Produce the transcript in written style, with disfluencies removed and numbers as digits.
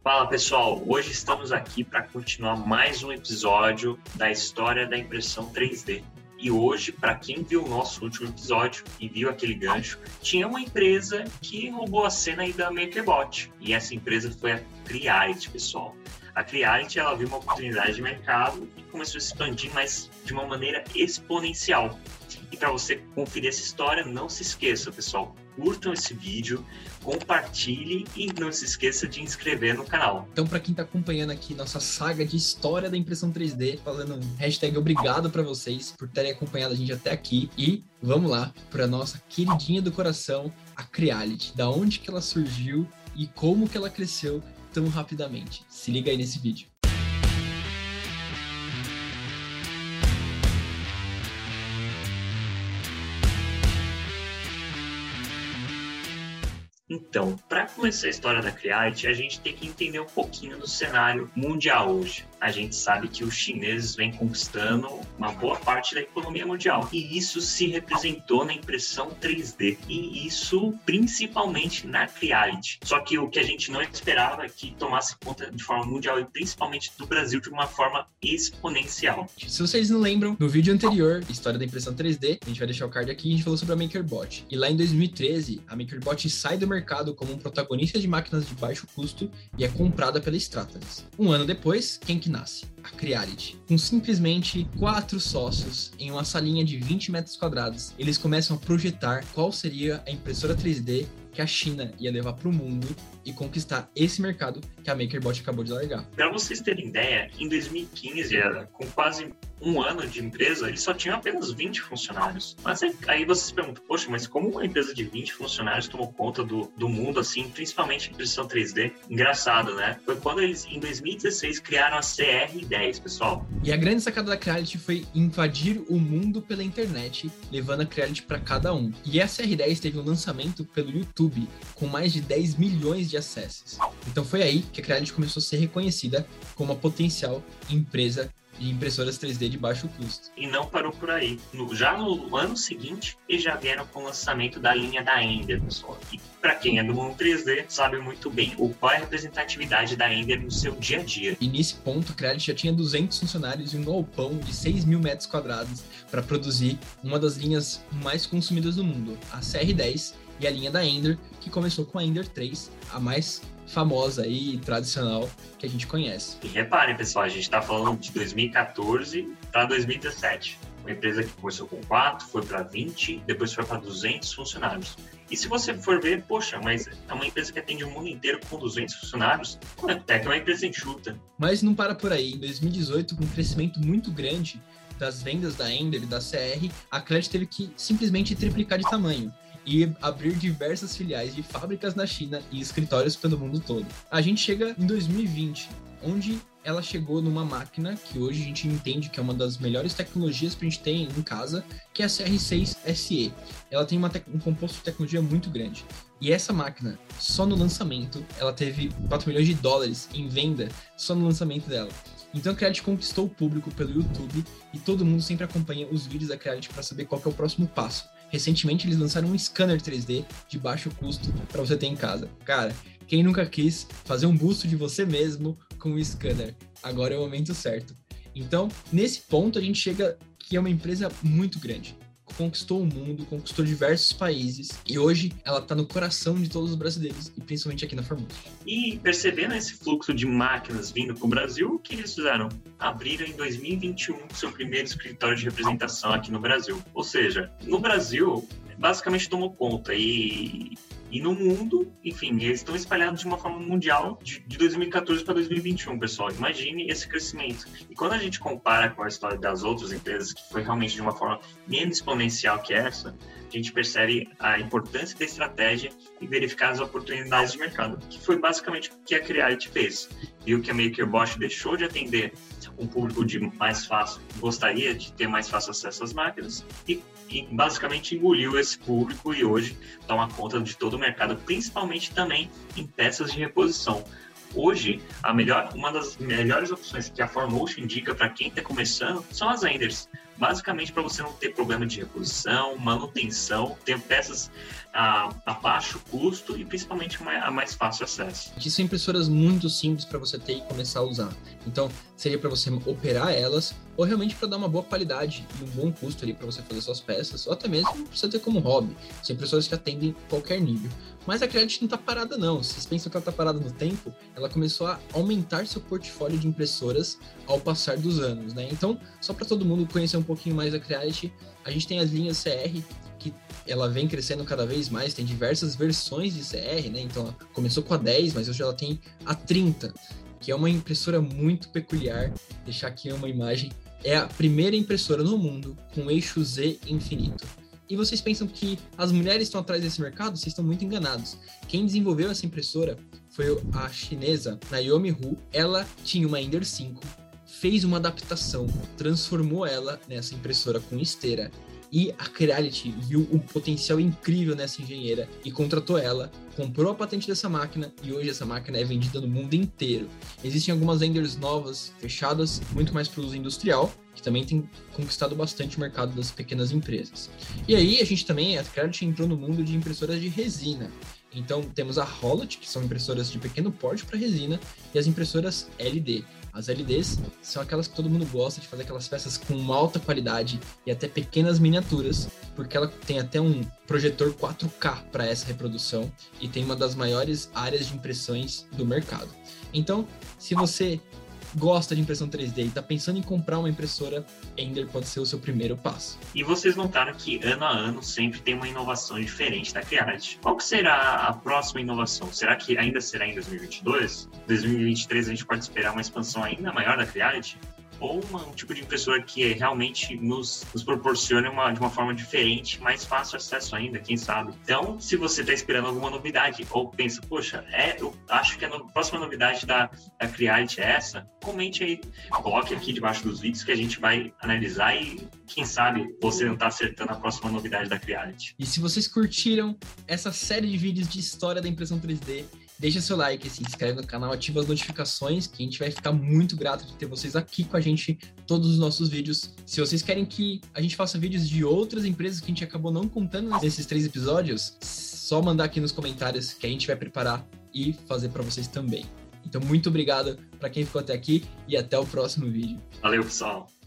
Fala pessoal, hoje estamos aqui para continuar mais um episódio da história da impressão 3D. E hoje, para quem viu o nosso último episódio e viu aquele gancho, tinha uma empresa que roubou a cena aí da MakerBot. E essa empresa foi a Creality, pessoal. A Creality, ela viu uma oportunidade de mercado e começou a se expandir, mas de uma maneira exponencial. E para você conferir essa história, não se esqueça, pessoal, curtam esse vídeo, compartilhe e não se esqueça de inscrever no canal. Então, para quem está acompanhando aqui nossa saga de história da impressão 3D, falando um hashtag obrigado para vocês por terem acompanhado a gente até aqui. E vamos lá para nossa queridinha do coração, a Creality. Da onde que ela surgiu e como que ela cresceu tão rapidamente. Se liga aí nesse vídeo. Então, para começar a história da Creality, a gente tem que entender um pouquinho do cenário mundial hoje. A gente sabe que os chineses vêm conquistando uma boa parte da economia mundial. E isso se representou na impressão 3D. E isso principalmente na Creality. Só que o que a gente não esperava é que tomasse conta de forma mundial e principalmente do Brasil de uma forma exponencial. Se vocês não lembram, no vídeo anterior, História da Impressão 3D, a gente vai deixar o card aqui, a gente falou sobre a MakerBot. E lá em 2013, a MakerBot sai do mercado como um protagonista de máquinas de baixo custo e é comprada pela Stratasys. Um ano depois, quem que nasce? A Creality. Com simplesmente 4 sócios em uma salinha de 20 metros quadrados, eles começam a projetar qual seria a impressora 3D que a China ia levar para o mundo e conquistar esse mercado que a MakerBot acabou de largar. Para vocês terem ideia, em 2015, com quase um ano de empresa, eles só tinham apenas 20 funcionários. Mas aí vocês se perguntam, poxa, mas como uma empresa de 20 funcionários tomou conta do mundo, assim, principalmente impressão 3D? Engraçado, né? Foi quando eles, em 2016, criaram a CR10, pessoal. E a grande sacada da Creality foi invadir o mundo pela internet, levando a Creality para cada um. E a CR10 teve um lançamento pelo YouTube, com mais de 10 milhões de acessos. Então foi aí que a Creality começou a ser reconhecida como uma potencial empresa de impressoras 3D de baixo custo. E não parou por aí. Já no ano seguinte, eles já vieram com o lançamento da linha da Ender, pessoal. E para quem é do mundo 3D, sabe muito bem qual é a representatividade da Ender no seu dia a dia. E nesse ponto, a Creality já tinha 200 funcionários e um galpão de 6 mil metros quadrados para produzir uma das linhas mais consumidas do mundo, a CR10 e a linha da Ender, que começou com a Ender 3, a mais famosa e tradicional que a gente conhece. E reparem, pessoal, a gente está falando de 2014 para 2017. Uma empresa que começou com 4, foi para 20, depois foi para 200 funcionários. E se você for ver, poxa, mas é uma empresa que atende o mundo inteiro com 200 funcionários, até que é uma empresa enxuta. Mas não para por aí. Em 2018, com um crescimento muito grande das vendas da Ender e da CR, a Creality teve que simplesmente triplicar de tamanho e abrir diversas filiais de fábricas na China e escritórios pelo mundo todo. A gente chega em 2020, onde ela chegou numa máquina que hoje a gente entende que é uma das melhores tecnologias para a gente ter em casa, que é a CR6 SE. Ela tem um composto de tecnologia muito grande. E essa máquina, só no lançamento, ela teve 4 milhões de dólares em venda só no lançamento dela. Então a Creality conquistou o público pelo YouTube e todo mundo sempre acompanha os vídeos da Creality para saber qual que é o próximo passo. Recentemente eles lançaram um scanner 3D de baixo custo para você ter em casa. Cara, quem nunca quis fazer um busto de você mesmo com um scanner? Agora é o momento certo. Então, nesse ponto a gente chega que é uma empresa muito grande. Conquistou o mundo, conquistou diversos países e hoje ela está no coração de todos os brasileiros e principalmente aqui na Formosa. E percebendo esse fluxo de máquinas vindo para o Brasil, o que eles fizeram? Abriram em 2021 seu primeiro escritório de representação aqui no Brasil. Ou seja, no Brasil, basicamente tomou conta e no mundo, enfim, eles estão espalhados de uma forma mundial de 2014 para 2021, pessoal. Imagine esse crescimento. E quando a gente compara com a história das outras empresas, que foi realmente de uma forma menos exponencial que essa, a gente percebe a importância da estratégia e verificar as oportunidades de mercado, que foi basicamente o que a Creality fez. Viu que a MakerBot deixou de atender um público de mais fácil, gostaria de ter mais fácil acesso às máquinas e basicamente engoliu esse público e hoje toma conta de todo o mercado, principalmente também em peças de reposição. Hoje, uma das melhores opções que a Formotion indica para quem está começando são as Enders. basicamente para você não ter problema de reposição, manutenção, ter peças a baixo custo e principalmente a mais fácil acesso. Que são impressoras muito simples para você ter e começar a usar. Então, seria para você operar elas ou realmente para dar uma boa qualidade e um bom custo ali para você fazer suas peças, ou até mesmo para você ter como hobby. São impressoras que atendem qualquer nível. Mas a Creality não está parada não. Vocês pensam que ela está parada no tempo? Ela começou a aumentar seu portfólio de impressoras ao passar dos anos, né? Então, só para todo mundo conhecer um pouquinho mais a Creality, a gente tem as linhas CR, que ela vem crescendo cada vez mais, tem diversas versões de CR, né? Então, ela começou com a 10, mas hoje ela tem a 30, que é uma impressora muito peculiar. Vou deixar aqui uma imagem. É a primeira impressora no mundo com eixo Z infinito. E vocês pensam que as mulheres estão atrás desse mercado? Vocês estão muito enganados. Quem desenvolveu essa impressora foi a chinesa Naomi Hu. Ela tinha uma Ender 5, fez uma adaptação, transformou ela nessa impressora com esteira. E a Creality viu um potencial incrível nessa engenheira e contratou ela, comprou a patente dessa máquina e hoje essa máquina é vendida no mundo inteiro. Existem algumas Enders novas, fechadas, muito mais para o uso industrial, que também tem conquistado bastante o mercado das pequenas empresas. E aí a Creality entrou no mundo de impressoras de resina. Então temos a Hollot, que são impressoras de pequeno porte para resina, e as impressoras LD. As LDs são aquelas que todo mundo gosta de fazer, aquelas peças com uma alta qualidade e até pequenas miniaturas, porque ela tem até um projetor 4K para essa reprodução e tem uma das maiores áreas de impressões do mercado. Então, se você gosta de impressão 3D e está pensando em comprar uma impressora, Ender pode ser o seu primeiro passo. E vocês notaram que ano a ano sempre tem uma inovação diferente da Creality. Qual que será a próxima inovação? Será que ainda será em 2022? 2023 a gente pode esperar uma expansão ainda maior da Creality? Ou um tipo de impressora que realmente nos proporcione de uma forma diferente, mais fácil acesso ainda, quem sabe. Então, se você está esperando alguma novidade, ou pensa, poxa, eu acho que a próxima novidade da Creality é essa, comente aí, coloque aqui debaixo dos vídeos que a gente vai analisar e quem sabe você não está acertando a próxima novidade da Creality. E se vocês curtiram essa série de vídeos de história da impressão 3D, deixa seu like, se inscreve no canal, ativa as notificações, que a gente vai ficar muito grato de ter vocês aqui com a gente todos os nossos vídeos. Se vocês querem que a gente faça vídeos de outras empresas que a gente acabou não contando nesses 3 episódios, só mandar aqui nos comentários que a gente vai preparar e fazer para vocês também. Então, muito obrigado para quem ficou até aqui e até o próximo vídeo. Valeu, pessoal!